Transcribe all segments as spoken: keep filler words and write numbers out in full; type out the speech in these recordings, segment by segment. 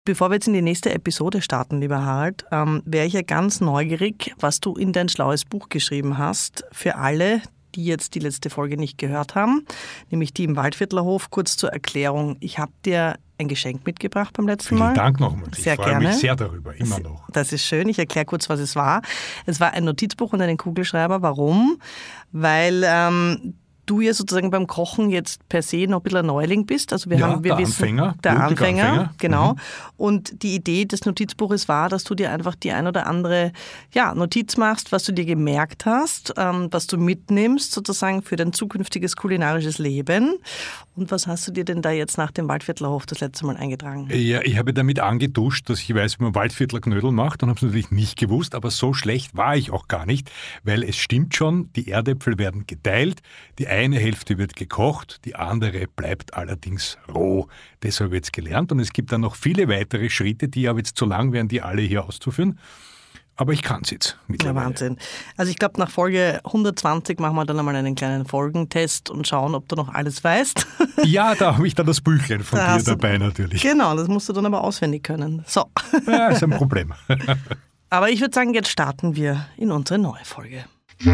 Bevor wir jetzt in die nächste Episode starten, lieber Harald, ähm, wäre ich ja ganz neugierig, was du in dein schlaues Buch geschrieben hast, für alle, die jetzt die letzte Folge nicht gehört haben, nämlich die im Waldviertlerhof. Kurz zur Erklärung, ich habe dir ein Geschenk mitgebracht beim letzten Mal. Vielen Dank nochmal. Ich sehr freue gerne. mich sehr darüber, immer noch. Das ist schön. Ich erkläre kurz, was es war. Es war ein Notizbuch und einen Kugelschreiber. Warum? Weil ähm, du ja sozusagen beim Kochen jetzt per se noch ein bisschen ein Neuling bist. Also wir ja, haben, wir der wissen, Anfänger. Der Anfänger, Anfänger. genau. Mhm. Und die Idee des Notizbuches war, dass du dir einfach die ein oder andere ja, Notiz machst, was du dir gemerkt hast, ähm, was du mitnimmst sozusagen für dein zukünftiges kulinarisches Leben. Und was hast du dir denn da jetzt nach dem Waldviertlerhof das letzte Mal eingetragen? Ja, ich habe damit angeduscht, dass ich weiß, wie man Waldviertler Knödel macht und habe es natürlich nicht gewusst, aber so schlecht war ich auch gar nicht, weil es stimmt schon, die Erdäpfel werden geteilt, die eine Hälfte wird gekocht, die andere bleibt allerdings roh. Das habe ich jetzt gelernt und es gibt dann noch viele weitere Schritte, die aber jetzt zu lang wären, die alle hier auszuführen. Aber ich kann es jetzt mittlerweile. Ja, Wahnsinn. Also ich glaube, nach Folge hundertzwanzig machen wir dann einmal einen kleinen Folgentest und schauen, ob du noch alles weißt. Ja, da habe ich dann das Büchlein von da dir dabei natürlich. Genau, das musst du dann aber auswendig können. So. Ja, ist ein Problem. Aber ich würde sagen, jetzt starten wir in unsere neue Folge.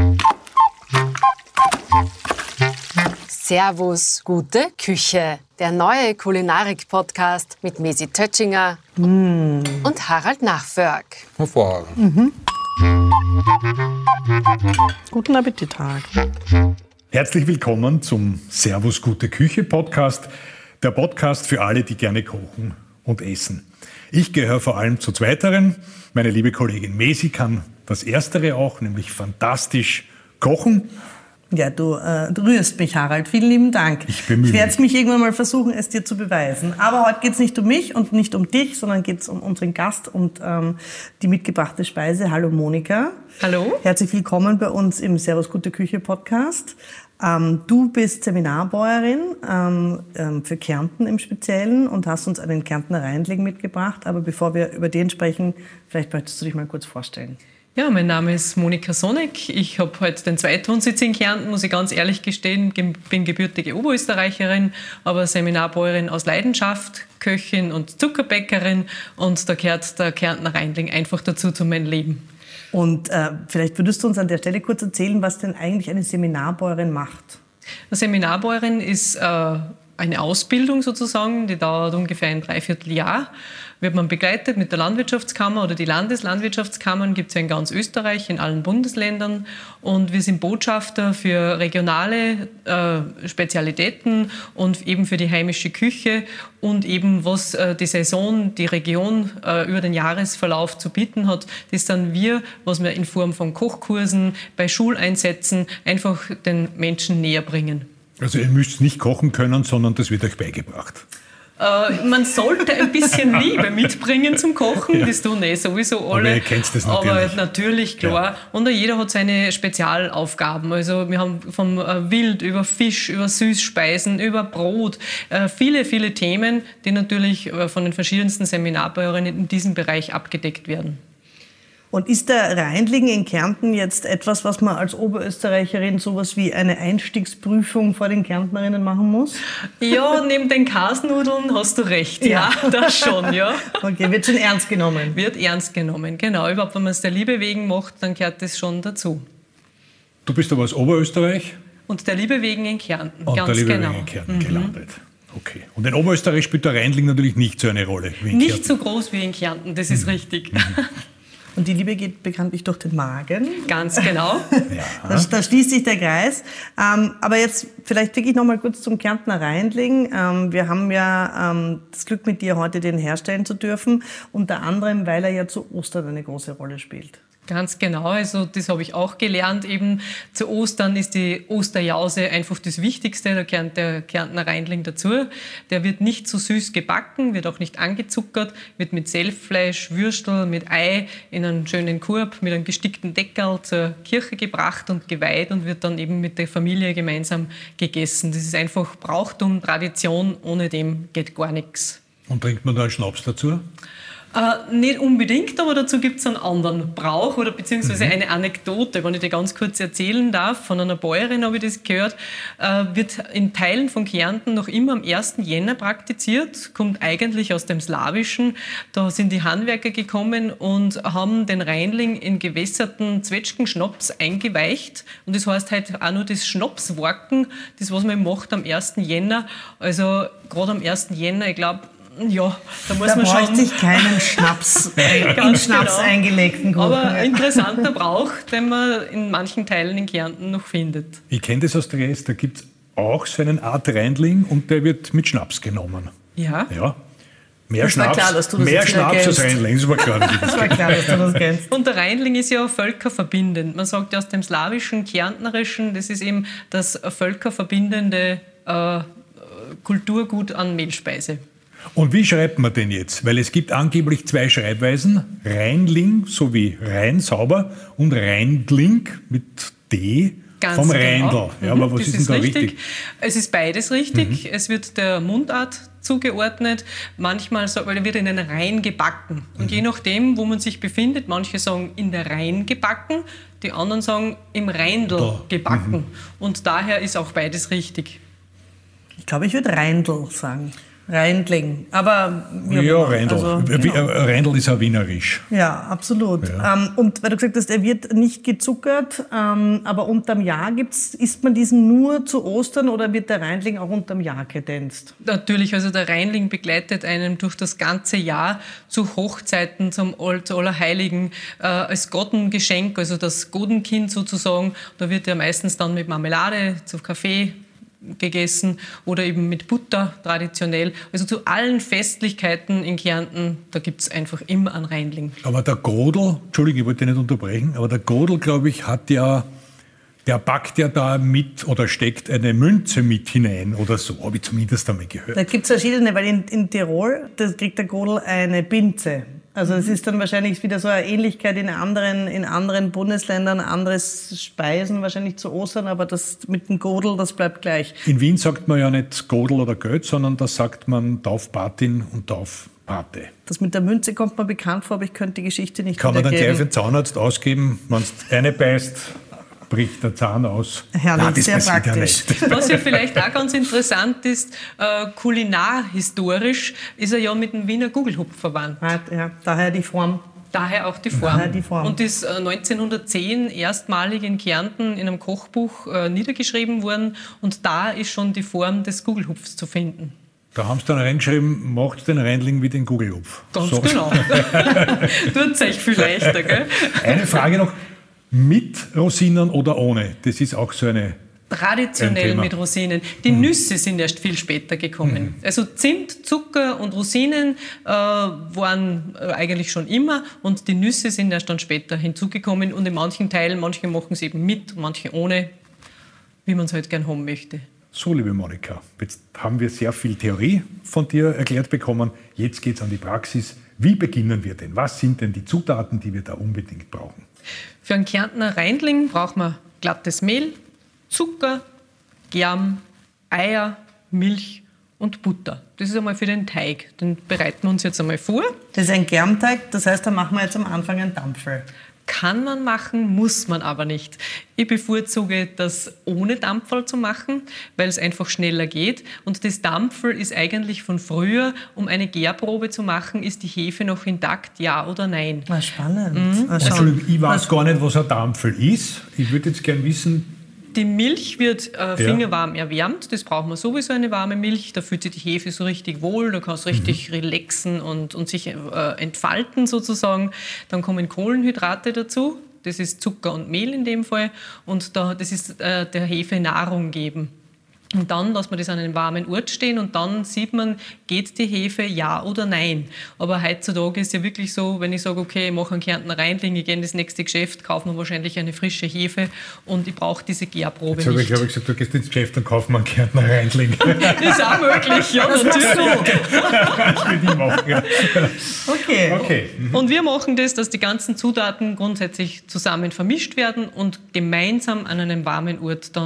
Servus, gute Küche. Der neue Kulinarik-Podcast mit Mesi Tötschinger mm. und Harald Nachförg. Hervorragend. Mhm. Guten Appetit, Harald. Herzlich willkommen zum Servus Gute Küche Podcast, der Podcast für alle, die gerne kochen und essen. Ich gehöre vor allem zu Zweiteren. Meine liebe Kollegin Mesi kann das Erstere auch, nämlich fantastisch kochen. Ja, du, äh, du rührst mich, Harald. Vielen lieben Dank. Ich bemühe mich. Ich werde es mich irgendwann mal versuchen, es dir zu beweisen. Aber heute geht es nicht um mich und nicht um dich, sondern geht es um unseren Gast und ähm, die mitgebrachte Speise. Hallo Monika. Hallo. Herzlich willkommen bei uns im Servus Gute Küche Podcast. Ähm, du bist Seminarbäuerin ähm, ähm, für Kärnten im Speziellen und hast uns einen Kärntner Reindling mitgebracht. Aber bevor wir über den sprechen, vielleicht möchtest du dich mal kurz vorstellen. Ja, mein Name ist Monika Sonek. Ich habe heute den Zweitwohnsitz in Kärnten, muss ich ganz ehrlich gestehen. Bin gebürtige Oberösterreicherin, aber Seminarbäuerin aus Leidenschaft, Köchin und Zuckerbäckerin. Und da gehört der Kärntner Reindling einfach dazu zu meinem Leben. Und äh, vielleicht würdest du uns an der Stelle kurz erzählen, was denn eigentlich eine Seminarbäuerin macht. Eine Seminarbäuerin ist äh, eine Ausbildung sozusagen, die dauert ungefähr ein Dreivierteljahr. Wird man begleitet mit der Landwirtschaftskammer oder die Landeslandwirtschaftskammern gibt es ja in ganz Österreich, in allen Bundesländern. Und wir sind Botschafter für regionale äh, Spezialitäten und eben für die heimische Küche und eben was äh, die Saison, die Region äh, über den Jahresverlauf zu bieten hat. Das sind wir, was wir in Form von Kochkursen, bei Schuleinsätzen einfach den Menschen näher bringen. Also ihr müsst nicht kochen können, sondern das wird euch beigebracht. Äh, man sollte ein bisschen Liebe mitbringen zum Kochen, ja. Das tun eh sowieso alle. Aber ihr kennt das natürlich. Aber natürlich, klar. Ja. Und jeder hat seine Spezialaufgaben. Also wir haben vom äh, Wild über Fisch, über Süßspeisen, über Brot, äh, viele, viele Themen, die natürlich äh, von den verschiedensten Seminarbäuerinnen in diesem Bereich abgedeckt werden. Und ist der Reindling in Kärnten jetzt etwas, was man als Oberösterreicherin sowas wie eine Einstiegsprüfung vor den Kärntnerinnen machen muss? Ja, neben den Kasnudeln hast du recht. Ja, ja, das schon, ja. Okay, wird schon ernst genommen? Wird ernst genommen, genau. Überhaupt, wenn man es der Liebe wegen macht, dann gehört das schon dazu. Du bist aber aus Oberösterreich? Und der Liebe wegen in Kärnten, Und ganz der Liebe genau. wegen in Kärnten mhm. gelandet. Okay. Und in Oberösterreich spielt der Reindling natürlich nicht so eine Rolle wie in Nicht Kärnten. so groß wie in Kärnten, das ist mhm. richtig. Mhm. Und die Liebe geht bekanntlich durch den Magen. Ganz genau. Ja. Da, da schließt sich der Kreis. Ähm, aber jetzt vielleicht wirklich noch mal kurz zum Kärntner Reindling. Ähm, wir haben ja ähm, das Glück, mit dir heute den herstellen zu dürfen. Unter anderem, weil er ja zu Ostern eine große Rolle spielt. Ganz genau, also das habe ich auch gelernt. Eben zu Ostern ist die Osterjause einfach das Wichtigste, da gehört der Kärntner Reindling dazu. Der wird nicht zu süß gebacken, wird auch nicht angezuckert, wird mit Selbfleisch, Würstel, mit Ei in einen schönen Korb mit einem gestickten Deckel zur Kirche gebracht und geweiht und wird dann eben mit der Familie gemeinsam gegessen. Das ist einfach Brauchtum, Tradition, ohne dem geht gar nichts. Und trinkt man da einen Schnaps dazu? Äh, nicht unbedingt, aber dazu gibt es einen anderen Brauch oder beziehungsweise mhm. eine Anekdote, wenn ich dir ganz kurz erzählen darf. Von einer Bäuerin habe ich das gehört. Äh, wird in Teilen von Kärnten noch immer am ersten Jänner praktiziert, kommt eigentlich aus dem Slawischen. Da sind die Handwerker gekommen und haben den Rheinling in gewässerten Zwetschgenschnaps eingeweicht. Und das heißt halt auch nur das Schnapswacken, das, was man macht am ersten Jänner. Also gerade am ersten Jänner, ich glaube, ja, da muss da man schon... Da bräuchte ich keinen Schnaps, in Schnaps genau. eingelegten Gurken. Aber ein interessanter Brauch, den man in manchen Teilen in Kärnten noch findet. Ich kenne das aus Dres, da gibt es auch so einen Art Rheinling und der wird mit Schnaps genommen. Ja? Ja. Mehr das Schnaps, klar, dass du das mehr Schnaps als Rheinling, das war klar. Das war klar, dass du das kennst. Und der Rheinling ist ja völkerverbindend. Man sagt ja aus dem Slawischen, Kärntnerischen, das ist eben das völkerverbindende äh, Kulturgut an Mehlspeise. Und wie schreibt man den jetzt? Weil es gibt angeblich zwei Schreibweisen, Rheinling sowie rein sauber und Rheindling mit D Ganz vom genau. Rheindl. Ja, aber was das ist denn ist da richtig. richtig? Es ist beides richtig. Mhm. Es wird der Mundart zugeordnet. Manchmal so, weil er wird in den Rhein gebacken. Und mhm. je nachdem, wo man sich befindet, manche sagen in der Rhein gebacken, die anderen sagen im Rheindl da. gebacken. Mhm. Und daher ist auch beides richtig. Ich glaube, ich würde Rheindl sagen. Rheindling. Aber ja, ja Rheindl. Also, genau. Rheindl ist auch wienerisch. Ja, absolut. Ja. Ähm, und weil du gesagt hast, er wird nicht gezuckert, ähm, aber unterm Jahr gibt's, isst man diesen nur zu Ostern oder wird der Rheindling auch unterm Jahr kredenzt? Natürlich, also der Rheindling begleitet einen durch das ganze Jahr zu Hochzeiten, zum All, zu Allerheiligen, äh, als Gottengeschenk, also das Godenkind sozusagen. Da wird er meistens dann mit Marmelade, zu Kaffee gegessen oder eben mit Butter traditionell. Also zu allen Festlichkeiten in Kärnten, da gibt es einfach immer einen Rheindling. Aber der Godel, Entschuldigung, ich wollte nicht unterbrechen, aber der Godel, glaube ich, hat ja, der packt ja da mit oder steckt eine Münze mit hinein oder so, habe ich zumindest einmal gehört. Da gibt es verschiedene, weil in, in Tirol, da kriegt der Godel eine Binze. Also es ist dann wahrscheinlich wieder so eine Ähnlichkeit in anderen, in anderen Bundesländern, anderes Speisen wahrscheinlich zu Ostern, aber das mit dem Godel, das bleibt gleich. In Wien sagt man ja nicht Godel oder Geld, sondern da sagt man Taufpatin und Taufpate. Das mit der Münze kommt mir bekannt vor, aber ich könnte die Geschichte nicht Kann man dann wiedergeben. gleich für den Zahnarzt ausgeben, wenn es eine beißt, bricht der Zahn aus. Herrlich, Nein, das sehr praktisch. Ja Was ja vielleicht auch ganz interessant ist, äh, kulinarhistorisch ist er ja mit dem Wiener Gugelhupf verwandt. Ja, daher die Form. Daher auch die Form. Daher die Form. Und ist äh, neunzehnhundertzehn erstmalig in Kärnten in einem Kochbuch äh, niedergeschrieben worden und da ist schon die Form des Gugelhupfs zu finden. Da haben sie dann reingeschrieben, macht den Rheindling wie den Gugelhupf. Ganz so. Genau. Tut es euch viel leichter, gell? Eine Frage noch. Mit Rosinen oder ohne? Das ist auch so eine... Traditionell ein mit Rosinen. Die mhm. Nüsse sind erst viel später gekommen. Mhm. Also Zimt, Zucker und Rosinen äh, waren äh, eigentlich schon immer und die Nüsse sind erst dann später hinzugekommen und in manchen Teilen, manche machen es eben mit, manche ohne, wie man es halt gern haben möchte. So, liebe Monika, jetzt haben wir sehr viel Theorie von dir erklärt bekommen. Jetzt geht es an die Praxis. Wie beginnen wir denn? Was sind denn die Zutaten, die wir da unbedingt brauchen? Für einen Kärntner Rheindling braucht man glattes Mehl, Zucker, Germ, Eier, Milch und Butter. Das ist einmal für den Teig. Den bereiten wir uns jetzt einmal vor. Das ist ein Germteig, das heißt, da machen wir jetzt am Anfang einen Dampfel. Kann man machen, muss man aber nicht. Ich bevorzuge das ohne Dampferl zu machen, weil es einfach schneller geht. Und das Dampferl ist eigentlich von früher, um eine Gärprobe zu machen, ist die Hefe noch intakt, ja oder nein? Ah, spannend. Mhm. Also, Entschuldigung, ich weiß gar nicht, was ein Dampferl ist. Ich würde jetzt gerne wissen... Die Milch wird äh, fingerwarm ja. erwärmt, das braucht man sowieso, eine warme Milch. Da fühlt sich die Hefe so richtig wohl, da kann es richtig mhm. relaxen und, und sich äh, entfalten sozusagen. Dann kommen Kohlenhydrate dazu, das ist Zucker und Mehl in dem Fall. Und da, das ist äh, der Hefe Nahrung geben. Und dann lässt man das an einem warmen Ort stehen und dann sieht man, geht die Hefe ja oder nein. Aber heutzutage ist ja wirklich so, wenn ich sage, okay, ich mache einen Kärntner Rheindling, ich gehe in das nächste Geschäft, kaufe mir wahrscheinlich eine frische Hefe und ich brauche diese Gärprobe Jetzt habe ich, nicht. glaube ich, gesagt, du gehst ins Geschäft und kaufst mir einen Kärntner Rheindling. Das ist auch möglich, ja, das natürlich. Das will ich machen. Ja. Okay. okay. Mhm. Und wir machen das, dass die ganzen Zutaten grundsätzlich zusammen vermischt werden und gemeinsam an einem warmen Ort dann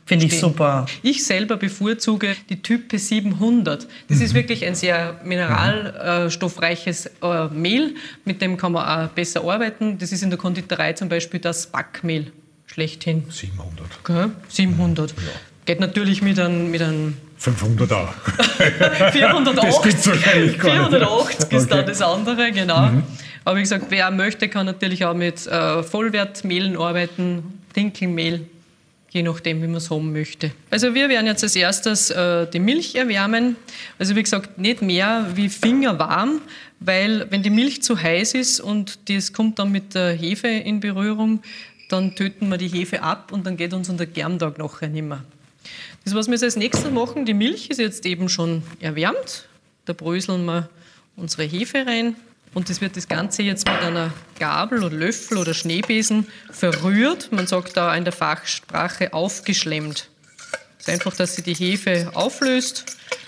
Finde ich super. Ich selber bevorzuge die Type siebenhundert. Das mhm. ist wirklich ein sehr mineralstoffreiches äh, Mehl, mit dem kann man auch besser arbeiten. Das ist in der Konditorei zum Beispiel das Backmehl schlechthin. siebenhundert. Okay, siebenhundert. Ja. Geht natürlich mit einem... Mit einem fünfhundert auch. vierhundertacht. Das gibt's wahrscheinlich gar nicht. vierhundertachtzig ist okay. dann das andere, genau. Mhm. Aber wie gesagt, wer möchte, kann natürlich auch mit äh, Vollwertmehlen arbeiten, Dinkelmehl, je nachdem, wie man es haben möchte. Also wir werden jetzt als erstes äh, die Milch erwärmen. Also wie gesagt, nicht mehr wie fingerwarm, weil wenn die Milch zu heiß ist und das kommt dann mit der Hefe in Berührung, dann töten wir die Hefe ab und dann geht uns unser Germtag nachher nicht mehr. Das, was wir jetzt als nächstes machen, die Milch ist jetzt eben schon erwärmt. Da bröseln wir unsere Hefe rein. Und das wird das Ganze jetzt mit einer Gabel oder Löffel oder Schneebesen verrührt. Man sagt da in der Fachsprache aufgeschlemmt. Das ist einfach, dass sie die Hefe auflöst.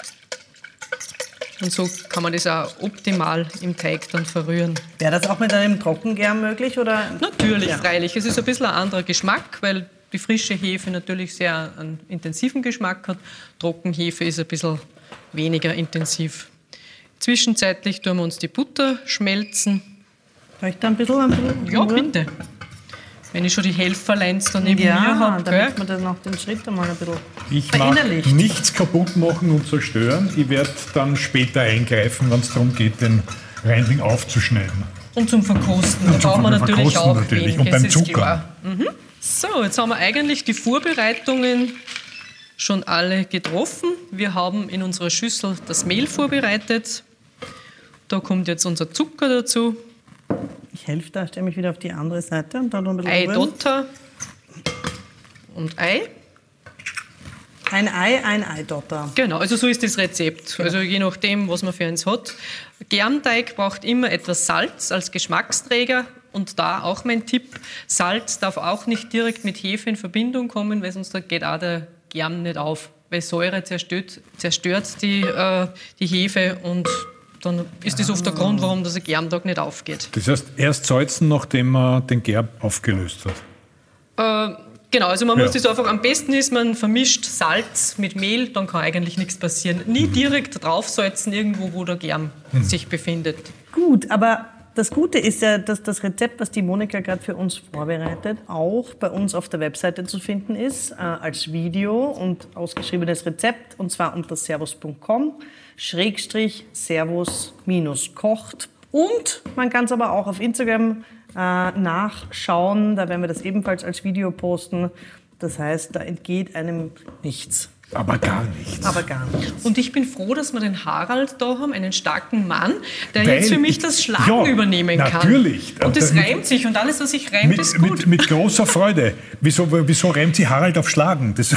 Und so kann man das auch optimal im Teig dann verrühren. Wäre das auch mit einem Trockengär möglich? Oder? Natürlich, ja. freilich. Es ist ein bisschen ein anderer Geschmack, weil die frische Hefe natürlich sehr einen intensiven Geschmack hat. Trockenhefe ist ein bisschen weniger intensiv. Zwischenzeitlich tun wir uns die Butter schmelzen. Soll ich da ein bisschen? Ein bisschen ja, bitte. Wenn ich schon die Helferleins da neben ja, mir habe. Ja, damit man dann noch den Schritt einmal ein bisschen ich mag nichts kaputt machen und zerstören. Ich werde dann später eingreifen, wenn es darum geht, den Reindling aufzuschneiden. Und zum Verkosten. Da brauchen wir natürlich auch natürlich. Und beim Zucker. Mhm. So, jetzt haben wir eigentlich die Vorbereitungen schon alle getroffen. Wir haben in unserer Schüssel das Mehl vorbereitet. Da kommt jetzt unser Zucker dazu. Ich helfe da, stelle mich wieder auf die andere Seite und dann noch ein bisschen Eidotter und Ei. Ein Ei, ein Eidotter. Genau, also so ist das Rezept. Also je nachdem, was man für eins hat. Germteig braucht immer etwas Salz als Geschmacksträger. Und da auch mein Tipp, Salz darf auch nicht direkt mit Hefe in Verbindung kommen, weil sonst geht auch der Germ nicht auf. Weil Säure zerstört, zerstört die, äh, die Hefe und dann ist das oft der Grund, warum der Germtag nicht aufgeht. Das heißt, erst salzen, nachdem man den Gerb aufgelöst Äh, hat? genau, also man ja. muss das einfach, am besten ist, man vermischt Salz mit Mehl, dann kann eigentlich nichts passieren. Nie mhm. direkt draufsalzen irgendwo, wo der Germ mhm. sich befindet. Gut, aber das Gute ist ja, dass das Rezept, was die Monika gerade für uns vorbereitet, auch bei uns auf der Webseite zu finden ist, äh, als Video und ausgeschriebenes Rezept, und zwar unter servus punkt com schrägstrich servus minus kocht. Und man kann es aber auch auf Instagram äh, nachschauen, da werden wir das ebenfalls als Video posten. Das heißt, da entgeht einem nichts. Aber gar nichts. Aber gar nichts. Und ich bin froh, dass wir den Harald da haben, einen starken Mann, der Weil jetzt für mich ich, das Schlagen ja, natürlich. kann. Natürlich. Und das mit, reimt sich und alles, was sich reimt, mit, ist gut. Mit, mit großer Freude. Wieso, wieso reimt sie Harald auf Schlagen? Das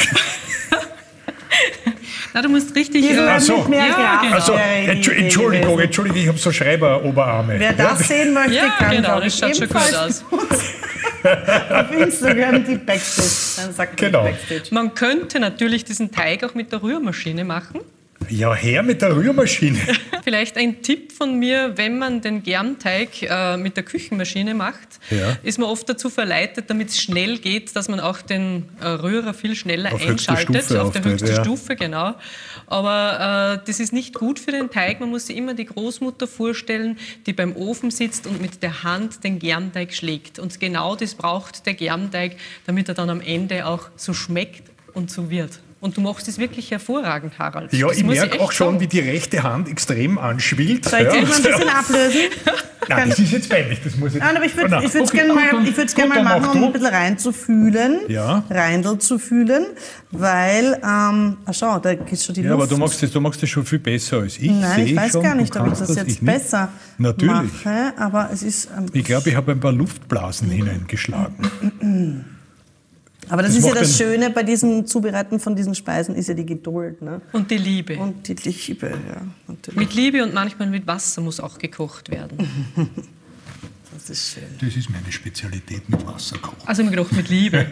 Na, du musst richtig... Äh, Ach so. Nicht mehr ja, genau. Also, Entschuldigung, Entschuldigung, ich habe so Schreiberoberarme. Wer das ja? sehen möchte, ja, kann, genau, das schaut schon gut aus. Auf Instagram die Backstage. Dann sagt genau. Backstage. Man könnte natürlich diesen Teig auch mit der Rührmaschine machen. Ja, her mit der Rührmaschine. Vielleicht ein Tipp von mir, wenn man den Germteig äh, mit der Küchenmaschine macht, ja. ist man oft dazu verleitet, damit es schnell geht, dass man auch den äh, Rührer viel schneller auf einschaltet. Stufe auf der auftritt, höchsten ja. Stufe, genau. Aber äh, das ist nicht gut für den Teig. Man muss sich immer die Großmutter vorstellen, die beim Ofen sitzt und mit der Hand den Germteig schlägt. Und genau das braucht der Germteig, damit er dann am Ende auch so schmeckt und so wird. Und du machst es wirklich hervorragend, Harald. Ja, das ich muss merke echt auch schon, sagen. wie die rechte Hand extrem anschwillt. Soll ich ja. jetzt mal ein bisschen ablösen? Nein, das ist jetzt peinlich. Das muss ich Nein, aber ich würde oh, es okay, gerne mal, gut, ich würd's gut, gern mal dann machen, mach um du. ein bisschen reinzufühlen, Ja. reindl zu fühlen, weil, ähm, ach schau, da geht schon die Ja, Luft. aber du machst, das, du machst das schon viel besser als ich. Nein, Seh ich weiß schon, gar nicht, du ob ich kannst das jetzt ich nicht. besser Natürlich. mache, aber es ist... Ähm, Ich glaube, ich habe ein paar Luftblasen hineingeschlagen. Aber das, Das ist ja macht das den- Schöne bei diesem Zubereiten von diesen Speisen, ist ja die Geduld. Ne? Und die Liebe. Und die Liebe, ja, natürlich. Mit Liebe und manchmal mit Wasser muss auch gekocht werden. Das ist schön. Das ist meine Spezialität mit Wasser kochen. Also ich habe gedacht, mit Liebe.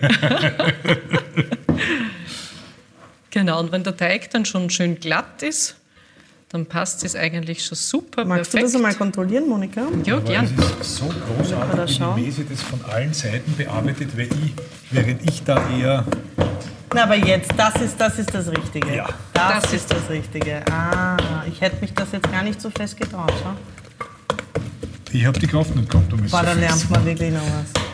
Genau, und wenn der Teig dann schon schön glatt ist, dann passt es eigentlich schon super Magst perfekt. du das einmal kontrollieren, Monika? Ja, Aber gern. es ist so Mal großartig, da wie schauen. die Mese das von allen Seiten bearbeitet, weil ich, während ich da eher Na, aber jetzt, das ist das, ist das Richtige. Ja. Das, Das ist das Richtige. Ah, ich hätte mich das jetzt gar nicht so fest getraut. Schau. Ich habe die Kraft nicht gehabt, um es Boah, so da lernt fest. man wirklich noch was.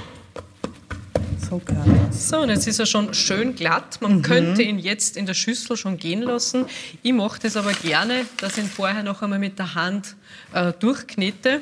So kann das. So, und jetzt ist er schon schön glatt. Man mhm. könnte ihn jetzt in der Schüssel schon gehen lassen. Ich mache das aber gerne, dass ich ihn vorher noch einmal mit der Hand äh, durchknete,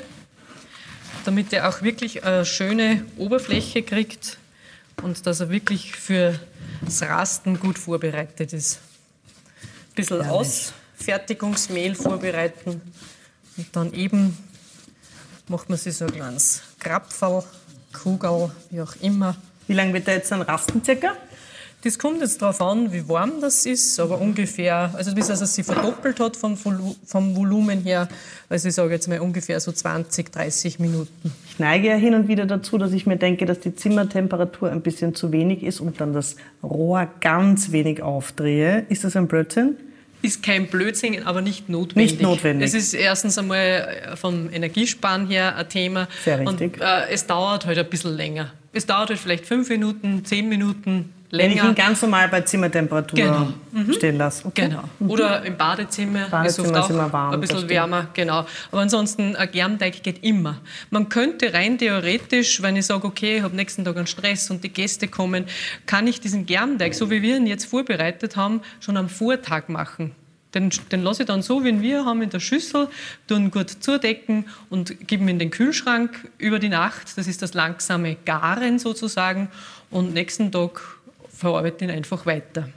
damit er auch wirklich eine schöne Oberfläche kriegt und dass er wirklich für das Rasten gut vorbereitet ist. Ein bisschen Herrlich. Ausfertigungsmehl vorbereiten und dann eben macht man sich so ein kleines Krapferl, Kugel, wie auch immer. Wie lange wird der jetzt dann rasten circa? Das kommt jetzt darauf an, wie warm das ist, aber ungefähr, also bis er sich verdoppelt hat vom, Volu- vom Volumen her, also ich sage jetzt mal ungefähr so zwanzig, dreißig Minuten. Ich neige ja hin und wieder dazu, dass ich mir denke, dass die Zimmertemperatur ein bisschen zu wenig ist und dann das Rohr ganz wenig aufdrehe. Ist das ein Blödsinn? Ist kein Blödsinn, aber nicht notwendig. Nicht notwendig. Es ist erstens einmal vom Energiesparen her ein Thema. Sehr richtig. Und äh, es dauert halt ein bisschen länger. Es dauert halt vielleicht fünf Minuten, zehn Minuten Wenn ich länger. ihn ganz normal bei Zimmertemperatur Genau. Mhm. stehen lasse. Okay. Genau. Oder im Badezimmer, Badezimmer ist oft ist auch immer warm, ein das bisschen stimmt. wärmer. Genau. Aber ansonsten, ein Germteig geht immer. Man könnte rein theoretisch, wenn ich sage, okay, ich habe nächsten Tag einen Stress und die Gäste kommen, kann ich diesen Germteig, so wie wir ihn jetzt vorbereitet haben, schon am Vortag machen. Den, den lasse ich dann so, wie wir haben, in der Schüssel, tue ihn gut zudecken und gebe ihn in den Kühlschrank über die Nacht. Das ist das langsame Garen sozusagen. Und nächsten Tag verarbeite ich ihn einfach weiter.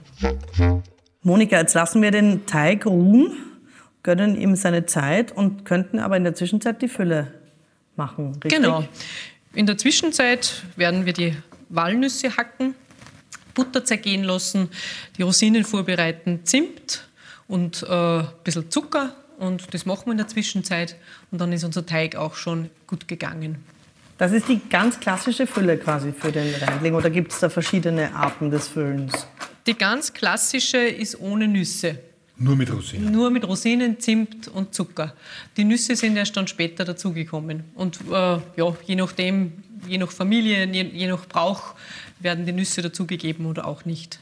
Monika, jetzt lassen wir den Teig ruhen, gönnen ihm seine Zeit und könnten aber in der Zwischenzeit die Fülle machen, richtig? Genau. In der Zwischenzeit werden wir die Walnüsse hacken, Butter zergehen lassen, die Rosinen vorbereiten, Zimt und äh, ein bisschen Zucker. Und das machen wir in der Zwischenzeit. Und dann ist unser Teig auch schon gut gegangen. Das ist die ganz klassische Fülle quasi für den Reindling oder gibt es da verschiedene Arten des Füllens? Die ganz klassische ist ohne Nüsse. Nur mit Rosinen. Nur mit Rosinen, Zimt und Zucker. Die Nüsse sind erst dann später dazugekommen. Und äh, ja, je nachdem, je nach Familie, je, je nach Brauch, werden die Nüsse dazugegeben oder auch nicht.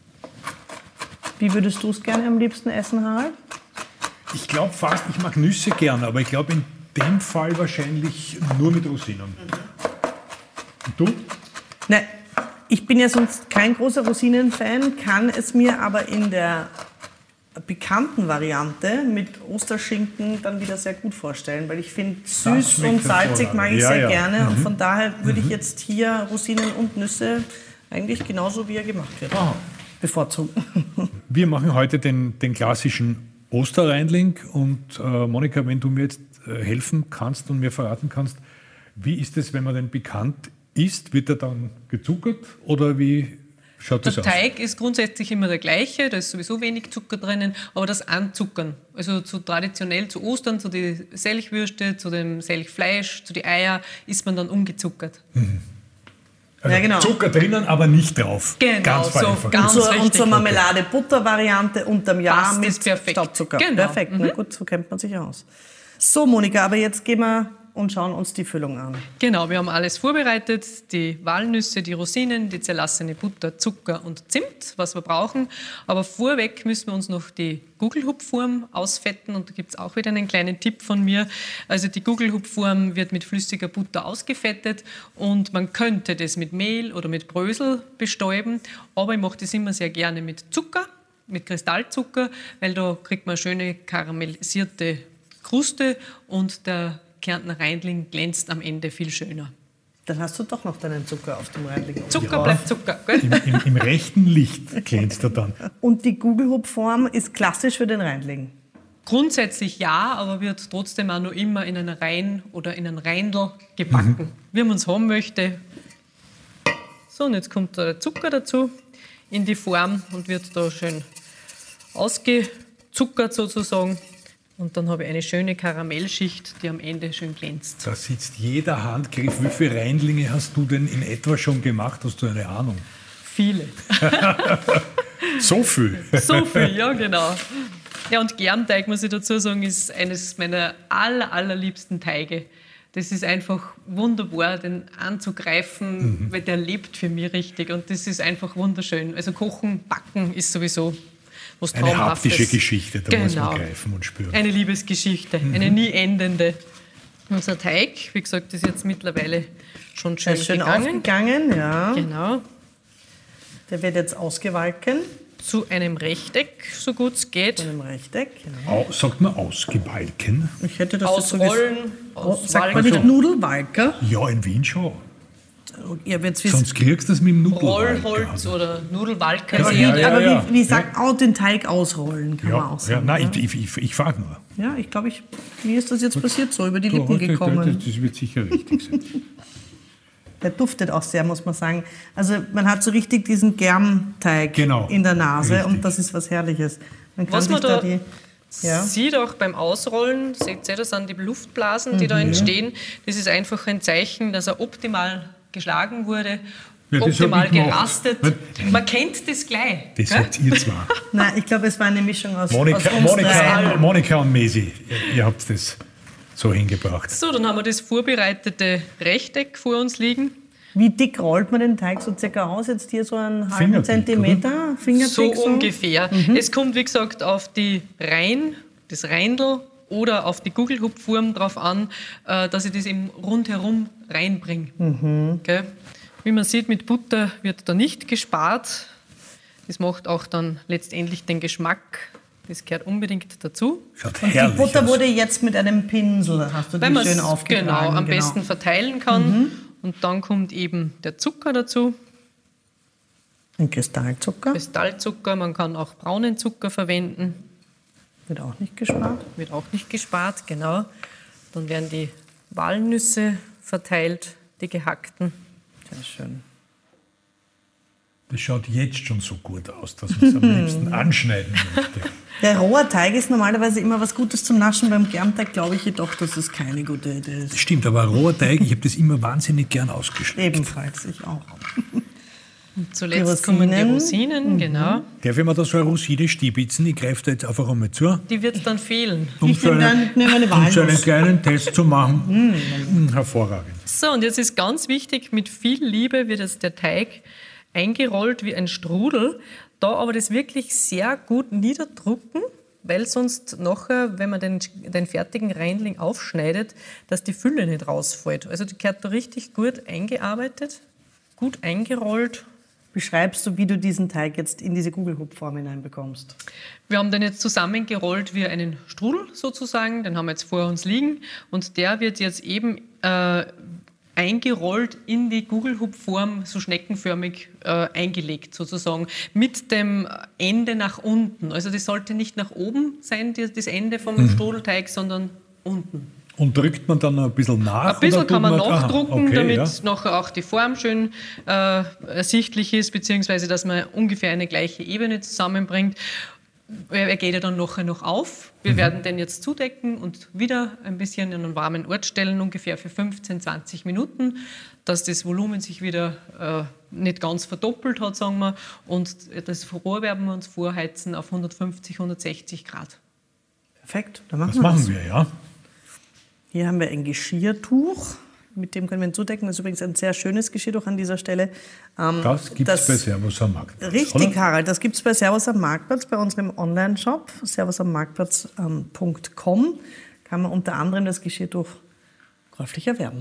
Wie würdest du es gerne am liebsten essen, Harald? Ich glaube fast, ich mag Nüsse gern, aber ich glaube in dem Fall wahrscheinlich nur mit Rosinen. Und du? Ne, ich bin ja sonst kein großer Rosinen-Fan, kann es mir aber in der pikanten Variante mit Osterschinken dann wieder sehr gut vorstellen, weil ich finde, süß schmeckt und salzig mag ich ja, sehr ja. gerne Mhm. und von daher würde ich jetzt hier Rosinen und Nüsse eigentlich genauso, wie er gemacht wird, Aha. bevorzugen. Wir machen heute den, den klassischen Osterreindling und äh, Monika, wenn du mir jetzt äh, helfen kannst und mir verraten kannst, wie ist es, wenn man den pikant isst? Wird er dann gezuckert oder wie schaut das Der aus? Teig ist grundsätzlich immer der gleiche, da ist sowieso wenig Zucker drinnen, aber das Anzuckern, also zu traditionell zu Ostern, zu den Selchwürste, zu dem Selchfleisch, zu den Eier, isst man dann ungezuckert. Also Ja, genau. Zucker drinnen, aber nicht drauf. Genau, ganz so vereinfacht. ganz- Und zur, und richtig. zur Marmelade-Butter-Variante unterm Jahr Passt mit das perfekt. Staubzucker. Genau. Perfekt, na gut, so kennt man sich aus. So, Monika, aber jetzt gehen wir und schauen uns die Füllung an. Genau, wir haben alles vorbereitet, die Walnüsse, die Rosinen, die zerlassene Butter, Zucker und Zimt, was wir brauchen. Aber vorweg müssen wir uns noch die Gugelhupfform ausfetten und da gibt es auch wieder einen kleinen Tipp von mir. Also die Gugelhupfform wird mit flüssiger Butter ausgefettet und man könnte das mit Mehl oder mit Brösel bestäuben, aber ich mache das immer sehr gerne mit Zucker, mit Kristallzucker, weil da kriegt man eine schöne karamellisierte Kruste und der Kärntner Reindling glänzt am Ende viel schöner. Dann hast du doch noch deinen Zucker auf dem Reindling. Zucker Ja. bleibt Zucker, gell? Im, im, Im rechten Licht glänzt er dann. Und die Gugelhupfform ist klassisch für den Reindling. Grundsätzlich ja, aber wird trotzdem auch noch immer in einer Rein oder in einen Reindl gebacken, Mhm. wie man es haben möchte. So, und jetzt kommt da der Zucker dazu in die Form und wird da schön ausgezuckert sozusagen. Und dann habe ich eine schöne Karamellschicht, die am Ende schön glänzt. Da sitzt jeder Handgriff. Wie viele Reindlinge hast du denn in etwa schon gemacht? Hast du eine Ahnung? Viele. So viel. So viel, ja genau. Ja, und Germteig, muss ich dazu sagen, ist eines meiner aller, allerliebsten Teige. Das ist einfach wunderbar, den anzugreifen, mhm. weil der lebt für mich richtig. Und das ist einfach wunderschön. Also Kochen, Backen ist sowieso was Traumhaftes. Eine haptische Geschichte, da genau. muss man greifen und spüren. Eine Liebesgeschichte, mhm. eine nie endende. Unser Teig, wie gesagt, ist jetzt mittlerweile schon schön, schön gegangen. aufgegangen. Ja. Genau. Der wird jetzt ausgewalken. Zu einem Rechteck, so gut es geht. Zu einem Rechteck, genau. Oh, sagt man ausgewalken? Ich hätte das Ausrollen, so sagt man nicht Nudelwalker? Ja, in Wien schon. Ja, sonst kriegst du das mit dem Nudelwalker. Rollholz oder Nudelwalker. Ja, ja, ja, aber ja. wie, wie sagt auch den Teig ausrollen, kann ja, man auch sagen. Ja, nein, ja? ich, ich, ich frage nur. Ja, ich glaube, ich, mir ist das jetzt passiert, so über die Lippen gekommen. Das, das wird sicher richtig sein. Der duftet auch sehr, muss man sagen. Also man hat so richtig diesen Germteig genau, in der Nase richtig. Und das ist was Herrliches. Man kann was sich man da da die, ja. sieht auch beim Ausrollen, seht ihr, das sind die Luftblasen, die mhm. da entstehen. Das ist einfach ein Zeichen, dass er optimal geschlagen wurde, ja, optimal gerastet. Man kennt das gleich. Das habt ihr zwar. Nein, ich glaube, es war eine Mischung aus, Monika, aus uns Monika, Monika und Mesi, ihr habt das so hingebracht. So, dann haben wir das vorbereitete Rechteck vor uns liegen. Wie dick rollt man den Teig so circa aus? Jetzt hier so einen halben Zentimeter? Fingerdick so, so ungefähr. Mhm. Es kommt, wie gesagt, auf die Rein, das Reindl oder auf die Gugelhupfform drauf an, dass ich das eben rundherum reinbringe. Mhm. Okay? Wie man sieht, mit Butter wird da nicht gespart. Das macht auch dann letztendlich den Geschmack. Das gehört unbedingt dazu. Schaut und die Butter aus. Wurde jetzt mit einem Pinsel, hast du die Wenn schön aufgetragen. Genau, am genau. besten verteilen kann. Mhm. Und dann kommt eben der Zucker dazu. Ein Kristallzucker. Kristallzucker, man kann auch braunen Zucker verwenden. Wird auch nicht gespart. Wird auch nicht gespart, genau. Dann werden die Walnüsse verteilt, die gehackten. Sehr schön. Das schaut jetzt schon so gut aus, dass man es am liebsten anschneiden möchte. Der rohe Teig ist normalerweise immer was Gutes zum Naschen. Beim Germteig glaube ich jedoch, dass es keine gute Idee ist. Das stimmt, aber ein roher Teig, ich habe das immer wahnsinnig gern ausgeschleckt. Ebenfalls, ich auch. Und zuletzt die kommen die Rosinen, mhm. genau. Darf ich mir da so eine Rosine stibitzen? Ich greife da jetzt einfach einmal zu. Die wird dann fehlen. Um ich so, eine, eine um so einen kleinen Test zu machen. Mhm. Hervorragend. So, und jetzt ist ganz wichtig, mit viel Liebe wird jetzt der Teig eingerollt wie ein Strudel. Da aber das wirklich sehr gut niederdrucken, weil sonst nachher, wenn man den, den fertigen Reindling aufschneidet, dass die Fülle nicht rausfällt. Also die gehört da richtig gut eingearbeitet, gut eingerollt. Beschreibst du, wie du diesen Teig jetzt in diese Gugelhupfform hineinbekommst? Wir haben den jetzt zusammengerollt wie einen Strudel sozusagen, den haben wir jetzt vor uns liegen und der wird jetzt eben äh, eingerollt in die Gugelhupfform, so schneckenförmig äh, eingelegt sozusagen, mit dem Ende nach unten. Also das sollte nicht nach oben sein, die, das Ende vom mhm. Strudelteig, sondern unten. Und drückt man dann ein bisschen nach? Ein bisschen kann man nachdrucken, okay, damit ja. nachher auch die Form schön äh, ersichtlich ist, beziehungsweise dass man ungefähr eine gleiche Ebene zusammenbringt. Er geht ja dann nachher noch auf. Wir mhm. werden den jetzt zudecken und wieder ein bisschen in einen warmen Ort stellen, ungefähr für fünfzehn, zwanzig Minuten, dass das Volumen sich wieder äh, nicht ganz verdoppelt hat, sagen wir. Und das Rohr werden wir uns vorheizen auf hundertfünfzig, hundertsechzig Grad. Perfekt, dann machen das wir machen das. wir, ja. Hier haben wir ein Geschirrtuch. Mit dem können wir ihn zudecken. Das ist übrigens ein sehr schönes Geschirrtuch an dieser Stelle. Ähm, das gibt es bei Servus am Marktplatz. Richtig, oder? Harald. Das gibt es bei Servus am Marktplatz, bei unserem Online-Shop, servus am marktplatz punkt com. Kann man unter anderem das Geschirrtuch käuflich erwerben.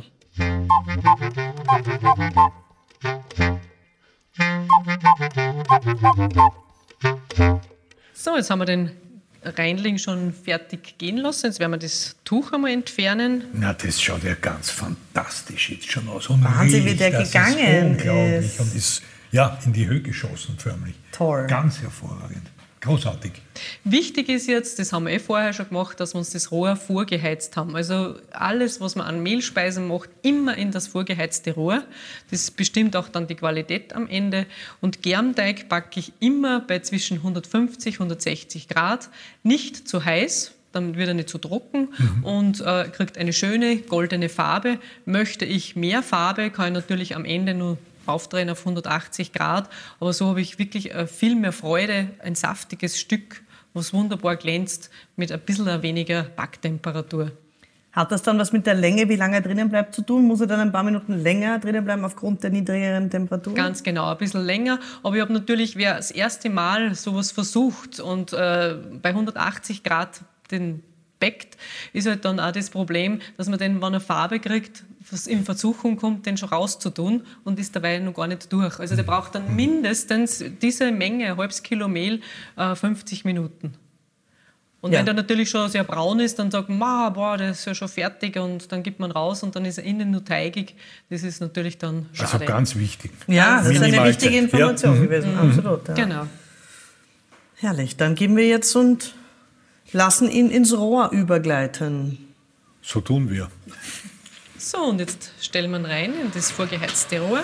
So, jetzt haben wir den Reindling schon fertig gehen lassen. Jetzt werden wir das Tuch einmal entfernen. Na, das schaut ja ganz fantastisch jetzt schon aus. Und Wahnsinn, wie der das gegangen ist. Unglaublich. ist. Und ist ja in die Höhe geschossen förmlich. Toll. Ganz hervorragend. Großartig. Wichtig ist jetzt, das haben wir eh vorher schon gemacht, dass wir uns das Rohr vorgeheizt haben. Also alles, was man an Mehlspeisen macht, immer in das vorgeheizte Rohr. Das bestimmt auch dann die Qualität am Ende. Und Germteig backe ich immer bei zwischen hundertfünfzig, hundertsechzig Grad. Nicht zu heiß, dann wird er nicht zu trocken mhm. und äh, kriegt eine schöne goldene Farbe. Möchte ich mehr Farbe, kann ich natürlich am Ende nur aufdrehen auf hundertachtzig Grad, aber so habe ich wirklich viel mehr Freude, ein saftiges Stück, was wunderbar glänzt, mit ein bisschen weniger Backtemperatur. Hat das dann was mit der Länge, wie lange er drinnen bleibt, zu tun? Muss er dann ein paar Minuten länger drinnen bleiben aufgrund der niedrigeren Temperatur? Ganz genau, ein bisschen länger. Aber ich habe natürlich, wer das erste Mal sowas versucht und äh, bei hundertachtzig Grad den backt, ist halt dann auch das Problem, dass man den, wenn er Farbe kriegt, in Versuchung kommt, den schon rauszutun und ist dabei noch gar nicht durch. Also der braucht dann mindestens diese Menge, ein halbes Kilo Mehl, äh, fünfzig Minuten. Und ja. wenn der natürlich schon sehr braun ist, dann sagt man, boah, der ist ja schon fertig und dann gibt man raus und dann ist er innen nur teigig. Das ist natürlich dann schade. Also ganz wichtig. Ja, das ist eine wichtige Information ja. gewesen, mhm. absolut. Ja. Genau. Herrlich, dann gehen wir jetzt und lassen ihn ins Rohr übergleiten. So tun wir. So, und jetzt stellen wir ihn rein in das vorgeheizte Rohr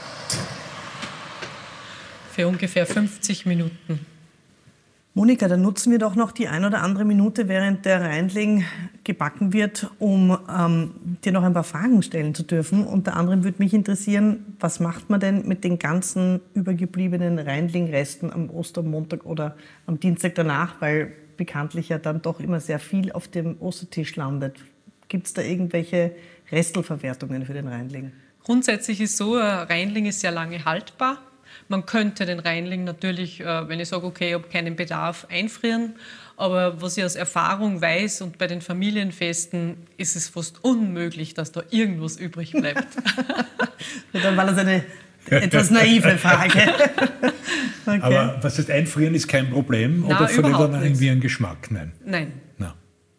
für ungefähr fünfzig Minuten. Monika, dann nutzen wir doch noch die ein oder andere Minute, während der Reindling gebacken wird, um ähm, dir noch ein paar Fragen stellen zu dürfen. Unter anderem würde mich interessieren, was macht man denn mit den ganzen übergebliebenen Reindling-Resten am Ostermontag oder am Dienstag danach, weil bekanntlich ja dann doch immer sehr viel auf dem Ostertisch landet. Gibt es da irgendwelche Restelverwertungen für den Reindling? Grundsätzlich ist so, ein Reindling ist sehr lange haltbar. Man könnte den Reindling natürlich, wenn ich sage, okay, ich habe keinen Bedarf, einfrieren. Aber was ich aus Erfahrung weiß und bei den Familienfesten ist es fast unmöglich, dass da irgendwas übrig bleibt. Dann war das eine etwas naive Frage. Okay. Aber was heißt einfrieren, ist kein Problem? Nein, oder verliert dann irgendwie einen Geschmack? Nein. Nein. Nein.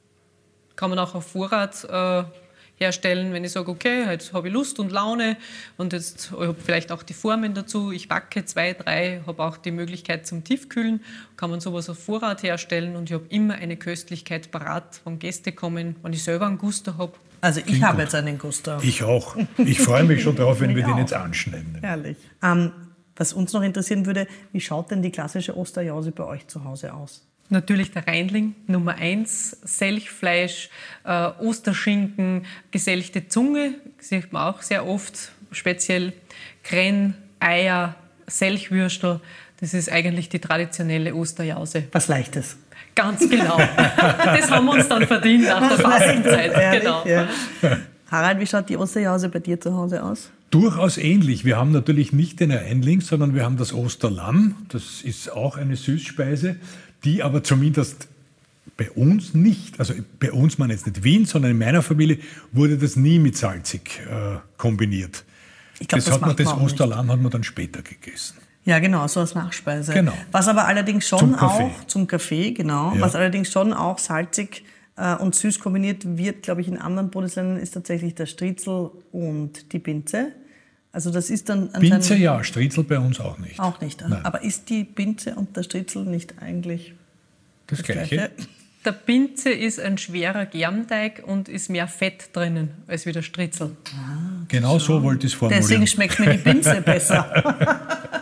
Kann man auch auf Vorrat äh, herstellen, wenn ich sage, okay, jetzt habe ich Lust und Laune und jetzt ich habe vielleicht auch die Formen dazu, ich backe zwei, drei, habe auch die Möglichkeit zum Tiefkühlen, kann man sowas auf Vorrat herstellen und ich habe immer eine Köstlichkeit parat, wenn Gäste kommen, wenn ich selber einen Gusto habe. Also ich Klingt habe gut. jetzt einen Gusto. Ich auch. Ich freue mich schon drauf, wenn wir den jetzt anschneiden. Herrlich. Ähm, was uns noch interessieren würde, wie schaut denn die klassische Osterjause bei euch zu Hause aus? Natürlich der Reindling, Nummer eins, Selchfleisch, äh, Osterschinken, geselchte Zunge, sieht man auch sehr oft, speziell Krenn, Eier, Selchwürstel. Das ist eigentlich die traditionelle Osterjause. Was Leichtes. Ganz genau. Das haben wir uns dann verdient nach der Fastenzeit. Genau. Ja. Harald, wie schaut die Osterjause bei dir zu Hause aus? Durchaus ähnlich. Wir haben natürlich nicht den Reindling, sondern wir haben das Osterlamm. Das ist auch eine Süßspeise, die aber zumindest bei uns nicht, also bei uns, man jetzt nicht Wien, sondern in meiner Familie wurde das nie mit salzig äh, kombiniert. Ich glaub, das, das, hat man, das Osterlamm hat man dann später gegessen. Ja, genau, so als Nachspeise. Genau. Was aber allerdings schon zum auch zum Kaffee, genau, ja. was allerdings schon auch salzig äh, und süß kombiniert wird, glaube ich, in anderen Bundesländern ist tatsächlich der Striezel und die Binze. Also das ist dann Binze ja, Striezel bei uns auch nicht. Auch nicht. Nein. Aber ist die Binze und der Striezel nicht eigentlich das, das Gleiche? Gleiche? Der Binze ist ein schwerer Germteig und ist mehr Fett drinnen als wie der Striezel. Ah, genau so, so wollte ich es formulieren. Deswegen schmeckt mir die Binze besser.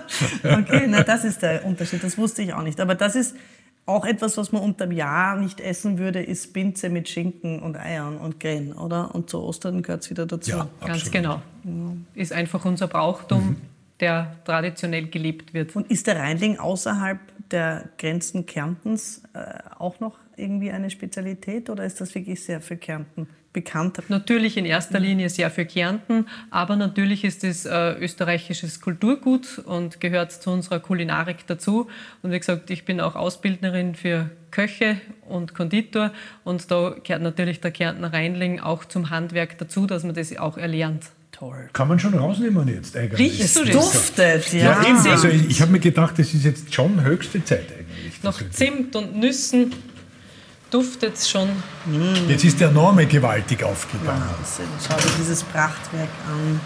Okay, na das ist der Unterschied, das wusste ich auch nicht. Aber das ist auch etwas, was man unterm Jahr nicht essen würde, ist Binze mit Schinken und Eiern und Krenn, oder? Und zu Ostern gehört es wieder dazu. Ja, ganz genau. Ist einfach unser Brauchtum, mhm. der traditionell gelebt wird. Und ist der Reindling außerhalb der Grenzen Kärntens äh, auch noch irgendwie eine Spezialität oder ist das wirklich sehr für Kärnten bekannt? Natürlich in erster Linie sehr für Kärnten, aber natürlich ist es äh, österreichisches Kulturgut und gehört zu unserer Kulinarik dazu. Und wie gesagt, ich bin auch Ausbildnerin für Köche und Konditor und da gehört natürlich der Kärntner Reindling auch zum Handwerk dazu, dass man das auch erlernt. Toll. Kann man schon rausnehmen jetzt eigentlich? Riechst du das? Duftet, ja. ja eben, also ich, ich habe mir gedacht, das ist jetzt schon höchste Zeit eigentlich. Nach Zimt und Nüssen duftet es schon. Mm. Jetzt ist der Name gewaltig aufgegangen. Wahnsinn. Schau dir dieses Prachtwerk an.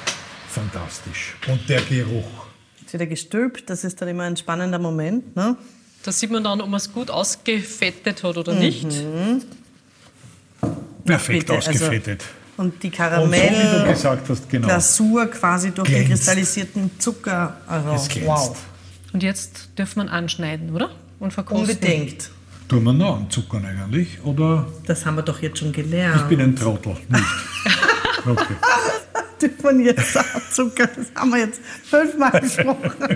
Fantastisch. Und der Geruch. Jetzt wird er gestülpt, das ist dann immer ein spannender Moment. Ne? Da sieht man dann, ob man es gut ausgefettet hat oder mhm. nicht. Perfekt Bitte, ausgefettet. Also und die Karamell-Glasur so, genau. quasi durch glänzt. Den kristallisierten Zucker. Also, es glänzt. Wow. Und jetzt dürfen wir anschneiden, oder? Und verkosten. Unbedingt. Tun wir noch anzuckern eigentlich? Oder? Das haben wir doch jetzt schon gelernt. Ich bin ein Trottel, nicht. Okay. Dürfen wir jetzt anzuckern? Das haben wir jetzt fünfmal gesprochen.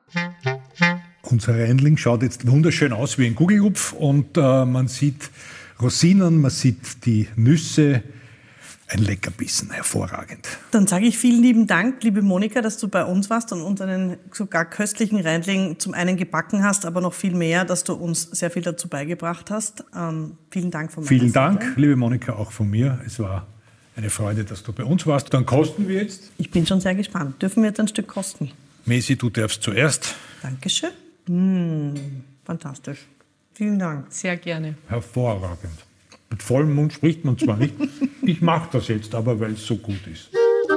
Unser Reindling schaut jetzt wunderschön aus wie ein Gugelhupf und äh, man sieht Rosinen, man sieht die Nüsse. Ein Leckerbissen, hervorragend. Dann sage ich vielen lieben Dank, liebe Monika, dass du bei uns warst und uns einen sogar köstlichen Reindling zum einen gebacken hast, aber noch viel mehr, dass du uns sehr viel dazu beigebracht hast. Ähm, vielen Dank von meiner Vielen Seite. Dank, liebe Monika, auch von mir. Es war eine Freude, dass du bei uns warst. Dann kosten wir jetzt. Ich bin schon sehr gespannt. Dürfen wir jetzt ein Stück kosten? Mesi, du darfst zuerst. Dankeschön. Mmh, fantastisch. Vielen Dank. Sehr gerne. Hervorragend. Mit vollem Mund spricht man zwar nicht. Ich mache das jetzt aber, weil es so gut ist.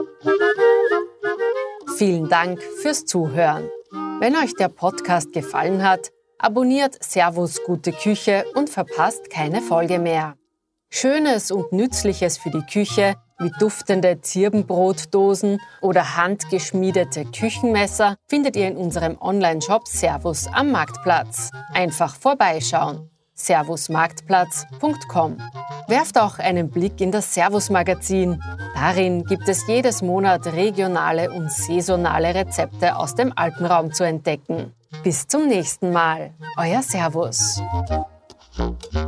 Vielen Dank fürs Zuhören. Wenn euch der Podcast gefallen hat, abonniert Servus Gute Küche und verpasst keine Folge mehr. Schönes und Nützliches für die Küche, wie duftende Zirbenbrotdosen oder handgeschmiedete Küchenmesser, findet ihr in unserem Online-Shop Servus am Marktplatz. Einfach vorbeischauen. servus marktplatz punkt com. Werft auch einen Blick in das Servus-Magazin. Darin gibt es jedes Monat regionale und saisonale Rezepte aus dem Alpenraum zu entdecken. Bis zum nächsten Mal. Euer Servus.